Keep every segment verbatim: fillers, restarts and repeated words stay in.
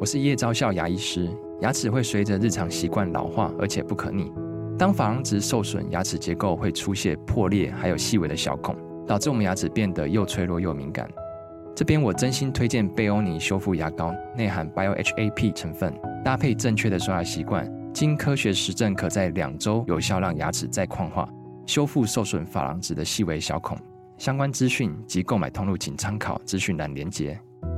我是叶昭孝牙医师。牙齿会随着日常习惯老化，而且不可逆。当珐琅质受损，牙齿结构会出现破裂，还有细微的小孔，导致我们牙齿变得又脆弱又敏感。这边我真心推荐贝欧尼修复牙膏，内含 B I O H A P 成分，搭配正确的刷牙习惯，经科学实证可在两周有效让牙齿再矿化，修复受损珐琅质的细微小孔。相关资讯及购买通路请参考资讯栏连结。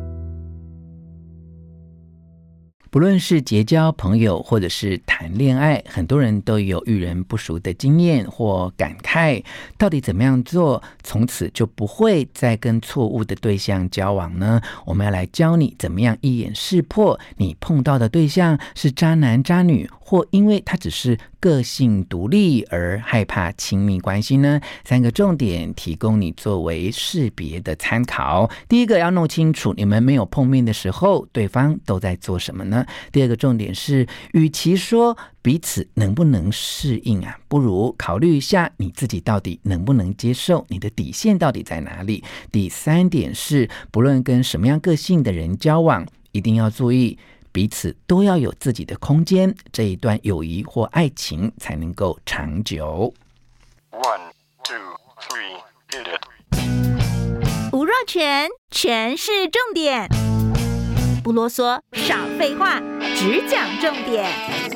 不论是结交朋友或者是谈恋爱，很多人都有遇人不淑的经验或感慨，到底怎么样做从此就不会再跟错误的对象交往呢？我们要来教你怎么样一眼识破你碰到的对象是渣男渣女，或因为他只是个性独立而害怕亲密关系呢？三个重点提供你作为识别的参考。第一个，要弄清楚你们没有碰面的时候对方都在做什么呢？第二个重点是，与其说彼此能不能适应啊，不如考虑一下你自己到底能不能接受，你的底线到底在哪里。第三点是，不论跟什么样个性的人交往，一定要注意彼此都要有自己的空间，这一段友谊或爱情才能够长久。 One, two, three, hit it。 吴若权，权是重点，不啰嗦，少废话，只讲重点。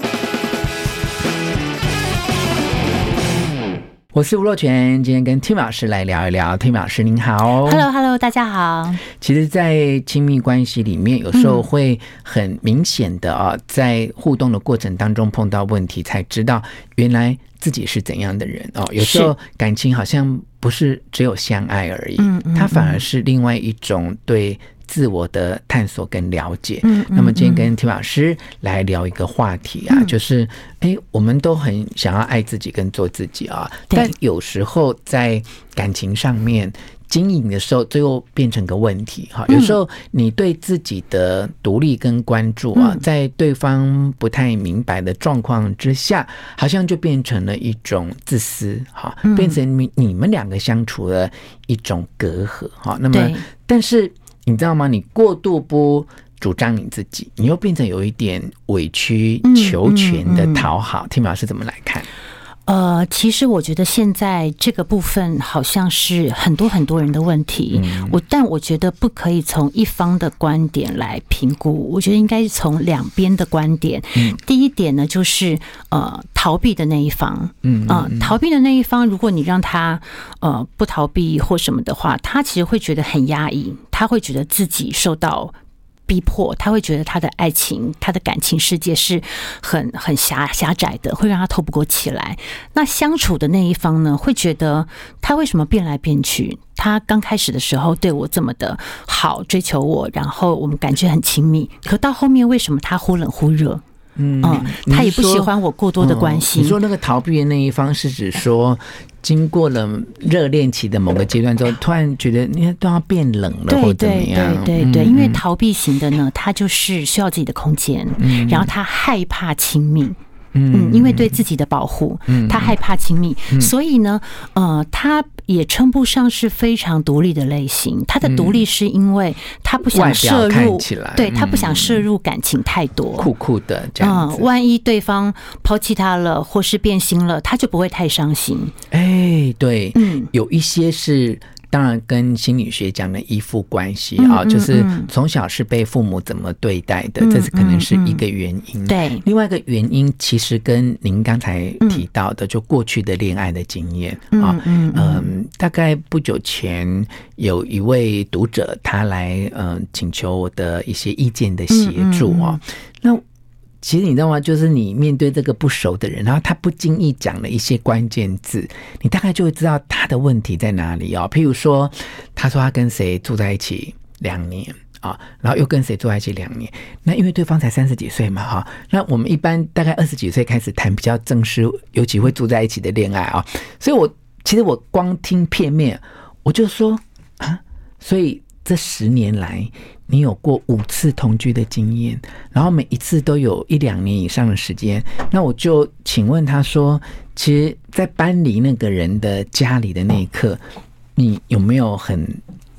我是吴若权，今天跟 Tim 老师来聊一聊。 Tim 老师您好。 Hello Hello 大家好。 其实在亲密关系里面，有时候会很明显的、哦、在互动的过程当中碰到问题，才知道原来自己是怎样的人、哦、有时候感情好像不是只有相爱而已，嗯嗯嗯，它反而是另外一种对自我的探索跟了解。嗯嗯嗯，那么今天跟 Tim 老师来聊一个话题啊，嗯、就是哎，我们都很想要爱自己跟做自己啊，但有时候在感情上面经营的时候，最后变成个问题哈。有时候你对自己的独立跟关注啊，嗯、在对方不太明白的状况之下，好像就变成了一种自私哈，嗯、变成你你们两个相处的一种隔阂哈。那么，但是你知道吗？你过度不主张你自己，你又变成有一点委曲求全的讨好。Tim 老师怎么来看？ 呃，其实我觉得现在这个部分好像是很多很多人的问题，嗯、我但我觉得不可以从一方的观点来评估，我觉得应该是从两边的观点。嗯、第一点呢，就是呃逃避的那一方，嗯啊、呃，逃避的那一方，如果你让他呃不逃避或什么的话，他其实会觉得很压抑，他会觉得自己受到逼迫，他会觉得他的爱情他的感情世界是很很狭狭窄的，会让他透不过气来。那相处的那一方呢，会觉得他为什么变来变去，他刚开始的时候对我这么的好，追求我，然后我们感觉很亲密，可到后面为什么他忽冷忽热？嗯, 嗯，他也不喜欢我过多的关系。 嗯、你说那个逃避的那一方是指说，经过了热恋期的某个阶段之后，突然觉得你看都要变冷了，或怎么样？ 对对对对，因为逃避型的呢，他就是需要自己的空间，嗯、然后他害怕亲密。嗯，因为对自己的保护，他害怕亲密，嗯、所以呢，呃，他也称不上是非常独立的类型。他的独立是因为他不想摄入，对他不想摄入感情太多， 酷酷的这样子。 嗯，万一对方抛弃他了，或是变心了，他就不会太伤心。 哎，对，嗯，有一些是。当然跟心理学讲的依附关系啊、嗯嗯嗯，就是从小是被父母怎么对待的，嗯、这是可能是一个原因。嗯嗯、对，另外一个原因其实跟您刚才提到的，嗯、就过去的恋爱的经验啊，嗯, 嗯, 嗯大概不久前有一位读者他来嗯请求我的一些意见的协助啊，嗯嗯嗯那。其实你知道吗？就是你面对这个不熟的人，然后他不经意讲了一些关键字，你大概就会知道他的问题在哪里哦。譬如说，他说他跟谁住在一起两年啊，然后又跟谁住在一起两年。那因为对方才三十几岁嘛，哈，那我们一般大概二十几岁开始谈比较正式，尤其会住在一起的恋爱啊。所以我其实我光听片面，我就说啊，所以这十年来。你有过五次同居的经验，然后每一次都有一两年以上的时间，那我就请问他说，其实在搬离那个人的家里的那一刻，你有没有很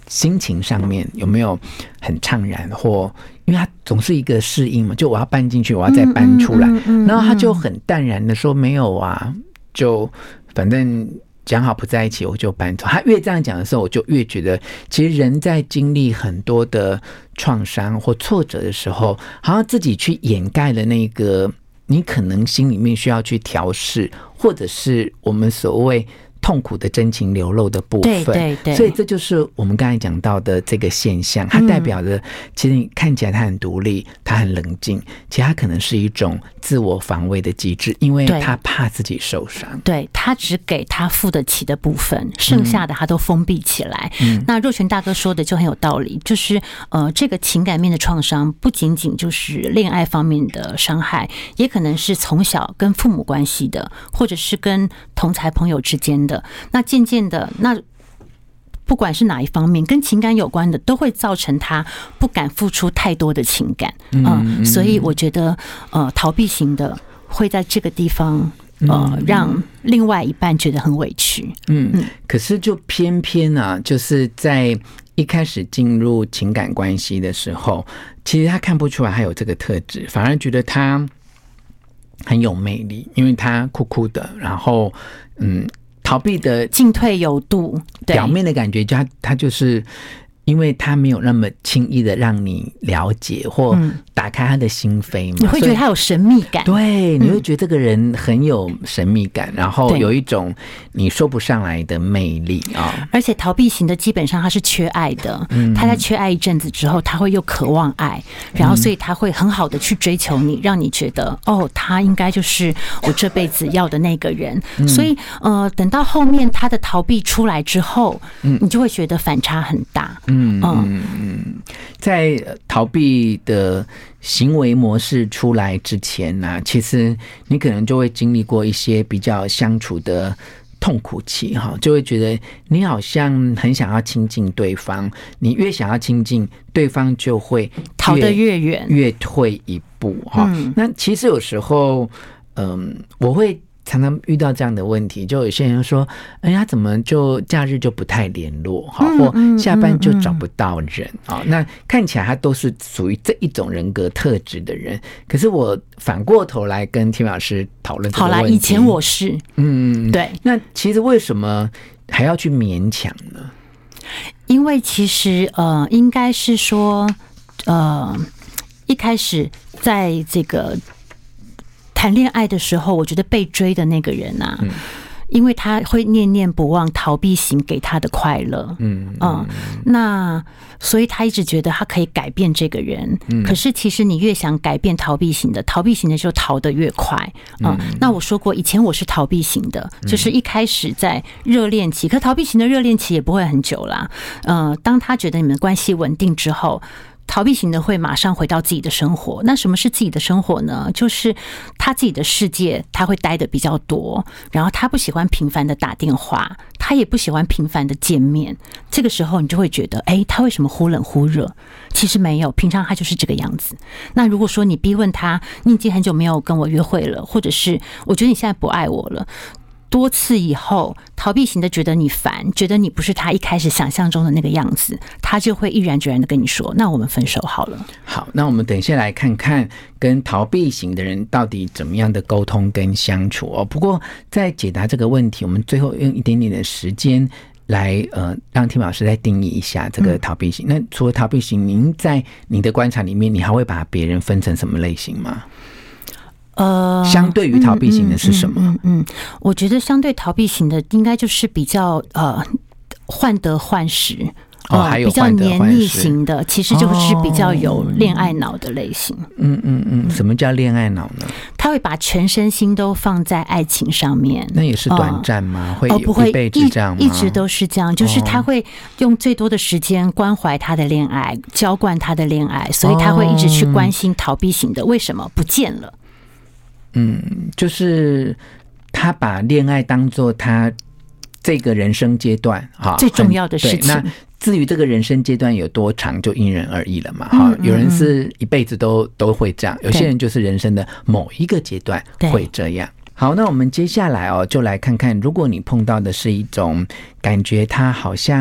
心情上面有没有很怅然，或因为他总是一个适应嘛，就我要搬进去，我要再搬出来，嗯嗯嗯嗯、然后他就很淡然的说没有啊，就反正讲好不在一起我就搬走。他越这样讲的时候，我就越觉得其实人在经历很多的创伤或挫折的时候，好像自己去掩盖了那个你可能心里面需要去调试，或者是我们所谓痛苦的真情流露的部分。 对对对， 所以这就是我们刚才讲到的这个现象，它代表着其实你看起来他很独立，他很冷静，其实他可能是一种自我防卫的机制，因为他怕自己受伤。 对，他只给他付得起的部分，剩下的他都封闭起来。嗯、那若权大哥说的就很有道理，就是呃，这个情感面的创伤不仅仅就是恋爱方面的伤害，也可能是从小跟父母关系的，或者是跟同才朋友之间的。那渐渐的，那不管是哪一方面跟情感有关的，都会造成他不敢付出太多的情感。嗯、呃，所以我觉得，呃，逃避型的会在这个地方，呃，让另外一半觉得很委屈。 嗯嗯，可是就偏偏啊，就是在一开始进入情感关系的时候，其实他看不出来他有这个特质，反而觉得他很有魅力，因为他酷酷的，然后嗯。逃避的进退有度， 表面的感觉就他他就是因为他没有那么轻易的让你了解或打开他的心扉嘛， 你会觉得他有神秘感。 对，你会觉得这个人很有神秘感，然后有一种你说不上来的魅力啊、哦。 而且逃避型的基本上他是缺爱的，嗯、他在缺爱一阵子之后，他会又渴望爱，然后所以他会很好的去追求你，让你觉得哦，他应该就是我这辈子要的那个人。嗯、所以呃，等到后面他的逃避出来之后，嗯、你就会觉得反差很大。 嗯嗯嗯，在逃避的行为模式出来之前呢、啊，其实你可能就会经历过一些比较相处的痛苦期哈，就会觉得你好像很想要亲近对方，你越想要亲近对方，就会逃得越远， 越退一步哈。嗯、那其实有时候，嗯，我会常常遇到这样的问题，就有些人说：“哎呀，怎么就假日就不太联络，哈，或下班就找不到人啊？”那看起来他都是属于这一种人格特质的人。可是我反过头来跟Tim老师讨论这个问题。 好啦，以前我是， 嗯， 对。 那其实为什么还要去勉强呢？ 因为其实呃，应该是说，呃，一开始在这个谈恋爱的时候，我觉得被追的那个人啊，嗯、因为他会念念不忘逃避型给他的快乐，嗯嗯，那所以他一直觉得他可以改变这个人，嗯、可是其实你越想改变逃避型的，逃避型的就逃得越快，嗯。嗯那我说过，以前我是逃避型的，就是一开始在热恋期，可逃避型的热恋期也不会很久啦，呃，当他觉得你们关系稳定之后。逃避型的会马上回到自己的生活。那什么是自己的生活呢？就是他自己的世界，他会待的比较多，然后他不喜欢频繁的打电话，他也不喜欢频繁的见面。这个时候你就会觉得，哎，他为什么忽冷忽热？其实没有，平常他就是这个样子。那如果说你逼问他，你已经很久没有跟我约会了，或者是我觉得你现在不爱我了。多次以后，逃避型的觉得你烦，觉得你不是他一开始想象中的那个样子，他就会毅然决然的跟你说：“那我们分手好了。” 好，那我们等一下来看看跟逃避型的人到底怎么样的沟通跟相处哦。不过在解答这个问题，我们最后用一点点的时间来呃，让Tim老师再定义一下这个逃避型。嗯、那除了逃避型，您在你的观察里面，你还会把别人分成什么类型吗？呃，相对于逃避型的是什么？ 嗯 嗯, 嗯, 嗯，我觉得相对逃避型的应该就是比较呃患得患失。 哦，还有比较黏腻型的，其实就是比较有恋爱脑的类型。 嗯嗯嗯，什么叫恋爱脑呢？ 他会把全身心都放在爱情上面。 那也是短暂吗？ 哦、 会不会一辈子这样吗？ 一直都是这样，就是他会用最多的时间关怀他的恋爱，浇灌他的恋爱，所以他会一直去关心逃避型的。为什么不见了？ 嗯，就是他把恋爱当作他这个人生阶段哈最重要的事情。 那至于这个人生阶段有多长，就因人而异了嘛。哈、嗯嗯嗯，有人是一辈子都都会这样，有些人就是人生的某一个阶段会这样。好，那我们接下来哦，就来看看，如果你碰到的是一种感觉他好像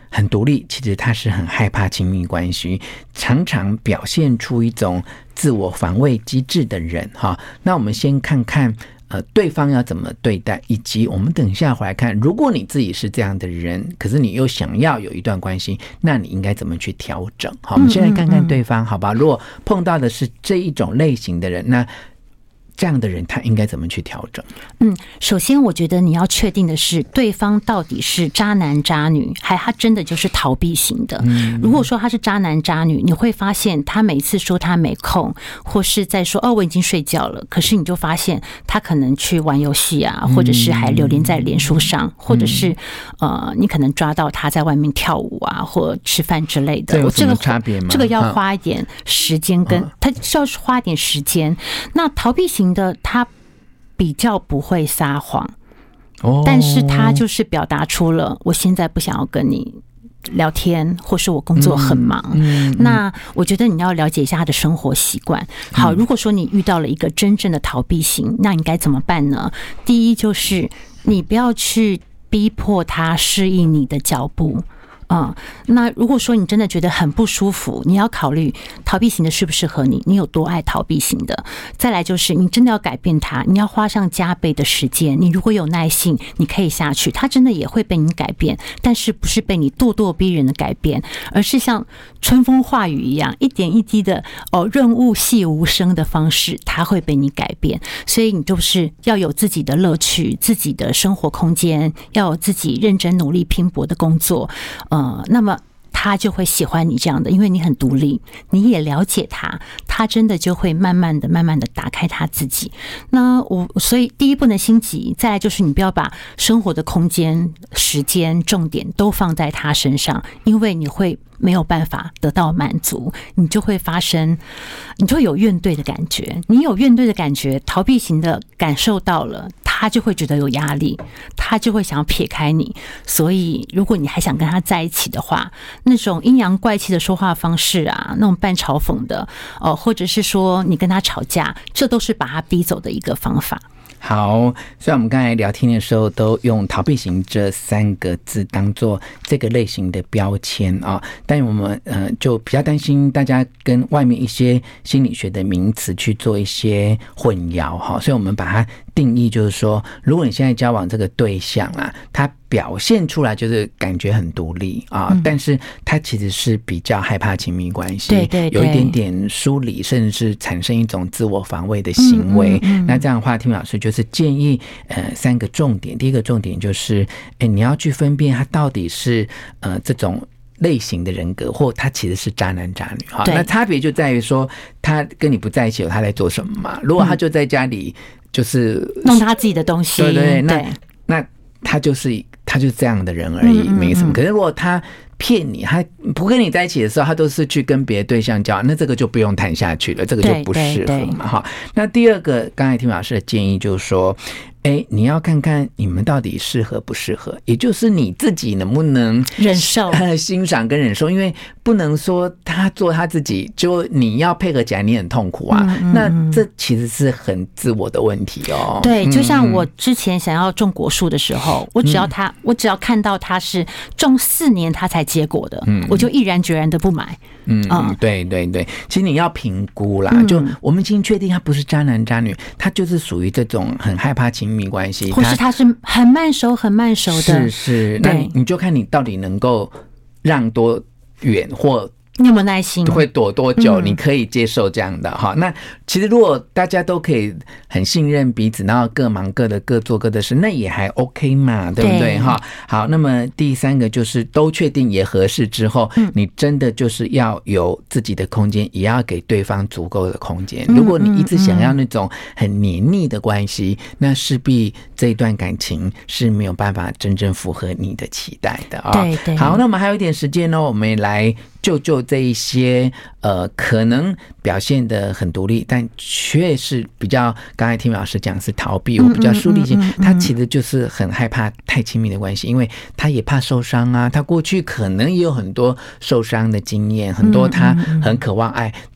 很独立，其实他是很害怕亲密关系，常常表现出一种自我防卫机制的人哈。那我们先看看呃对方要怎么对待，以及我们等一下回来看，如果你自己是这样的人，可是你又想要有一段关系，那你应该怎么去调整？好，我们先来看看对方，好吧？如果碰到的是这一种类型的人，那这样的人他应该怎么去调整？ 嗯，首先我觉得你要确定的是对方到底是渣男渣女，还他真的就是逃避型的。嗯，如果说他是渣男渣女，你会发现他每次说他没空，或是在说哦我已经睡觉了，可是你就发现他可能去玩游戏啊，或者是还留连在脸书上，嗯、或者是呃你可能抓到他在外面跳舞啊，或吃饭之类的。 这有什么差别吗？ 这个要花一点时间跟，跟他需要花一点时间。那逃避型的他比较不会撒谎，但是他就是表达出了我现在不想要跟你聊天，或是我工作很忙。嗯嗯、那我觉得你要了解一下他的生活习惯。好，如果说你遇到了一个真正的逃避型，那你该怎么办呢？第一就是你不要去逼迫他适应你的脚步。嗯，那如果说你真的觉得很不舒服，你要考虑逃避型的适不适合你，你有多爱逃避型的。再来就是你真的要改变他，你要花上加倍的时间。你如果有耐性，你可以下去，他真的也会被你改变，但是不是被你咄咄逼人的改变，而是像春风化雨一样，一点一滴的哦，润物细无声的方式，他会被你改变。所以你就是要有自己的乐趣，自己的生活空间，要有自己认真努力拼搏的工作。呃，那么他就会喜欢你这样的，因为你很独立，你也了解他，他真的就会慢慢的、慢慢的打开他自己。那我所以第一不能心急，再来就是你不要把生活的空间、时间、重点都放在他身上，因为你会没有办法得到满足，你就会发生，你就会有怨怼的感觉。你有怨怼的感觉，逃避型的感受到了，他就会觉得有压力，他就会想要撇开你。所以如果你还想跟他在一起的话，那种阴阳怪气的说话方式啊，那种半嘲讽的哦，或者是说你跟他吵架，这都是把他逼走的一个方法。 好，虽然我们刚才聊天的时候都用逃避型这三个字当做这个类型的标签啊，但我们呃就比较担心大家跟外面一些心理学的名词去做一些混淆哈，所以我们把它定义就是说，如果你现在交往这个对象啊，他表现出来就是感觉很独立啊，嗯、但是他其实是比较害怕亲密关系， 对对对， 有一点点疏离，甚至是产生一种自我防卫的行为。嗯嗯嗯、那这样的话，听老师就是建议呃三个重点，第一个重点就是，哎，你要去分辨他到底是呃这种类型的人格，或他其实是渣男渣女哈。那差别就在于说，他跟你不在一起，他在做什么嘛？如果他就在家里就是弄他自己的东西， 对对对，那那他就是他就是这样的人而已，没什么。可是如果他骗你，他不跟你在一起的时候，他都是去跟别的对象交往，那这个就不用谈下去了，这个就不适合嘛哈。那第二个，刚才听老师的建议就是说，哎，你要看看你们到底适合不适合，也就是你自己能不能忍受、 呃、欣赏跟忍受，因为不能说他做他自己，就你要配合起来，你很痛苦啊。嗯嗯嗯，那这其实是很自我的问题哦。 对，就像我之前想要种果树的时候，嗯、我只要他，嗯、我只要看到他是种四年他才结果的，嗯、我就毅然决然的不买。 嗯嗯，对对对，其实你要评估啦，嗯、就我们已经确定他不是渣男渣女，他就是属于这种很害怕亲密关系， 或是他是很慢熟很慢熟的， 是是，那你就看你到底能够让多远，或你有没有耐心， 会躲多久，你可以接受这样的哈。嗯、那其实如果大家都可以很信任彼此，然后各忙各的，各做各的事，那也还 OK 嘛，对不对哈？好，那么第三个就是都确定也合适之后，嗯、你真的就是要有自己的空间，也要给对方足够的空间。如果你一直想要那种很黏腻的关系，嗯嗯嗯，那势必这一段感情是没有办法真正符合你的期待的啊。 对对。 好，那我们还有一点时间呢，我们来救救这一些呃，可能表现得很独立，但却是比较刚才听老师讲是逃避或比较疏离型，他其实就是很害怕太亲密的关系，因为他也怕受伤啊，他过去可能也有很多受伤的经验，很多他很渴望爱，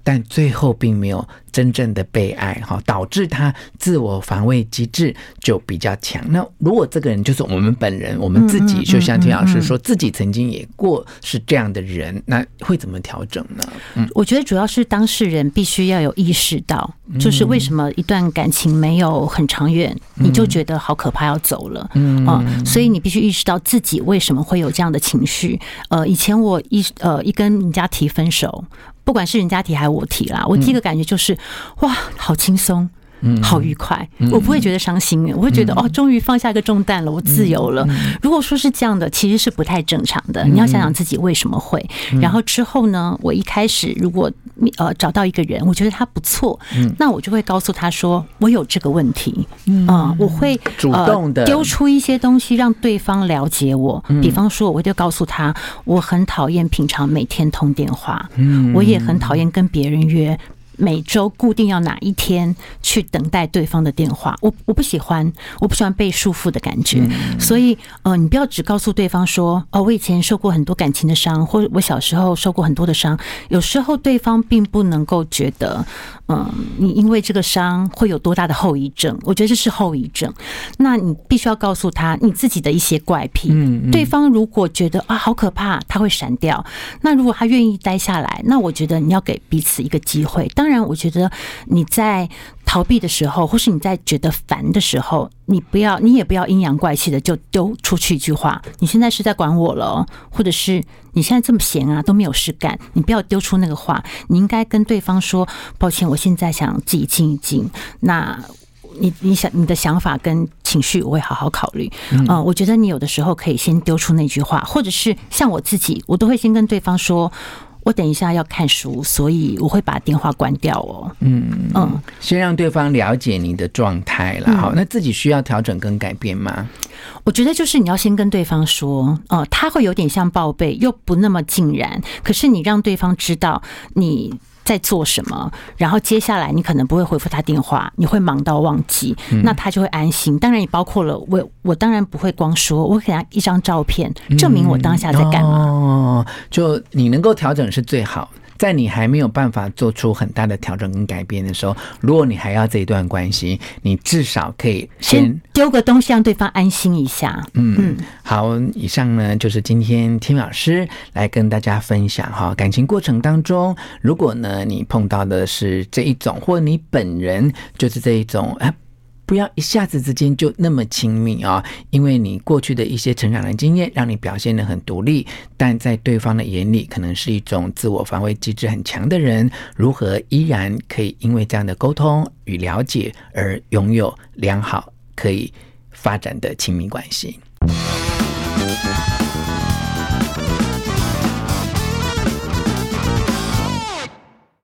但最后并没有真正的被爱，导致他自我防卫机制就比较强。那如果这个人就是我们本人，我们自己，就像田老师说自己曾经也过是这样的人，那会怎么调整呢？嗯， 我觉得主要是当事人必须要有意识到，就是为什么一段感情没有很长远，你就觉得好可怕要走了，嗯、呃，所以你必须意识到自己为什么会有这样的情绪。呃，以前我一呃一跟人家提分手，不管是人家提还是我提啦，我第一个感觉就是、嗯、哇，好轻松。好愉快，我不会觉得伤心，我会觉得哦，终于放下一个重担了，我自由了。如果说是这样的，其实是不太正常的。你要想想自己为什么会。然后之后呢，我一开始如果呃找到一个人，我觉得他不错，那我就会告诉他说，我有这个问题，嗯、呃，我会主动的丢出一些东西让对方了解我。比方说，我就告诉他，我很讨厌平常每天通电话，我也很讨厌跟别人约。每周固定要哪一天去等待对方的电话，我我不喜欢，我不喜欢被束缚的感觉，嗯、所以呃，你不要只告诉对方说，哦，我以前受过很多感情的伤，或者我小时候受过很多的伤，有时候对方并不能够觉得，嗯，你因为这个伤会有多大的后遗症，我觉得这是后遗症，那你必须要告诉他你自己的一些怪癖，嗯嗯对方如果觉得啊好可怕，他会闪掉，那如果他愿意待下来，那我觉得你要给彼此一个机会。当然我觉得你在逃避的时候，或是你在觉得烦的时候，你不要，你也不要阴阳怪气的就丢出去一句话，你现在是在管我了，或者是你现在这么闲啊，都没有事干，你不要丢出那个话，你应该跟对方说，抱歉，我现在想自己静一静，那你你想你的想法跟情绪我会好好考虑。嗯、呃，我觉得你有的时候可以先丢出那句话，或者是像我自己，我都会先跟对方说，我等一下要看书，所以我会把电话关掉哦。嗯嗯，先让对方了解你的状态啦。好、嗯，那自己需要调整跟改变吗？ 我觉得就是你要先跟对方说，呃，他会有点像报备，又不那么尽然。可是你让对方知道你在做什么，然后接下来你可能不会回复他电话，你会忙到忘记，那他就会安心。当然也包括了我，我当然不会光说，我给他一张照片，证明我当下在干嘛。 哦，就你能够调整是最好。在你还没有办法做出很大的调整跟改变的时候，如果你还要这一段关系，你至少可以先丢个东西让对方安心一下。 嗯嗯，好，以上呢就是今天天老师来跟大家分享哈，感情过程当中，如果呢你碰到的是这一种，或你本人就是这一种，哎。不要一下子之间就那么亲密啊，因为你过去的一些成长的经验让你表现得很独立，但在对方的眼里可能是一种自我防卫机制很强的人，如何依然可以因为这样的沟通与了解而拥有良好可以发展的亲密关系。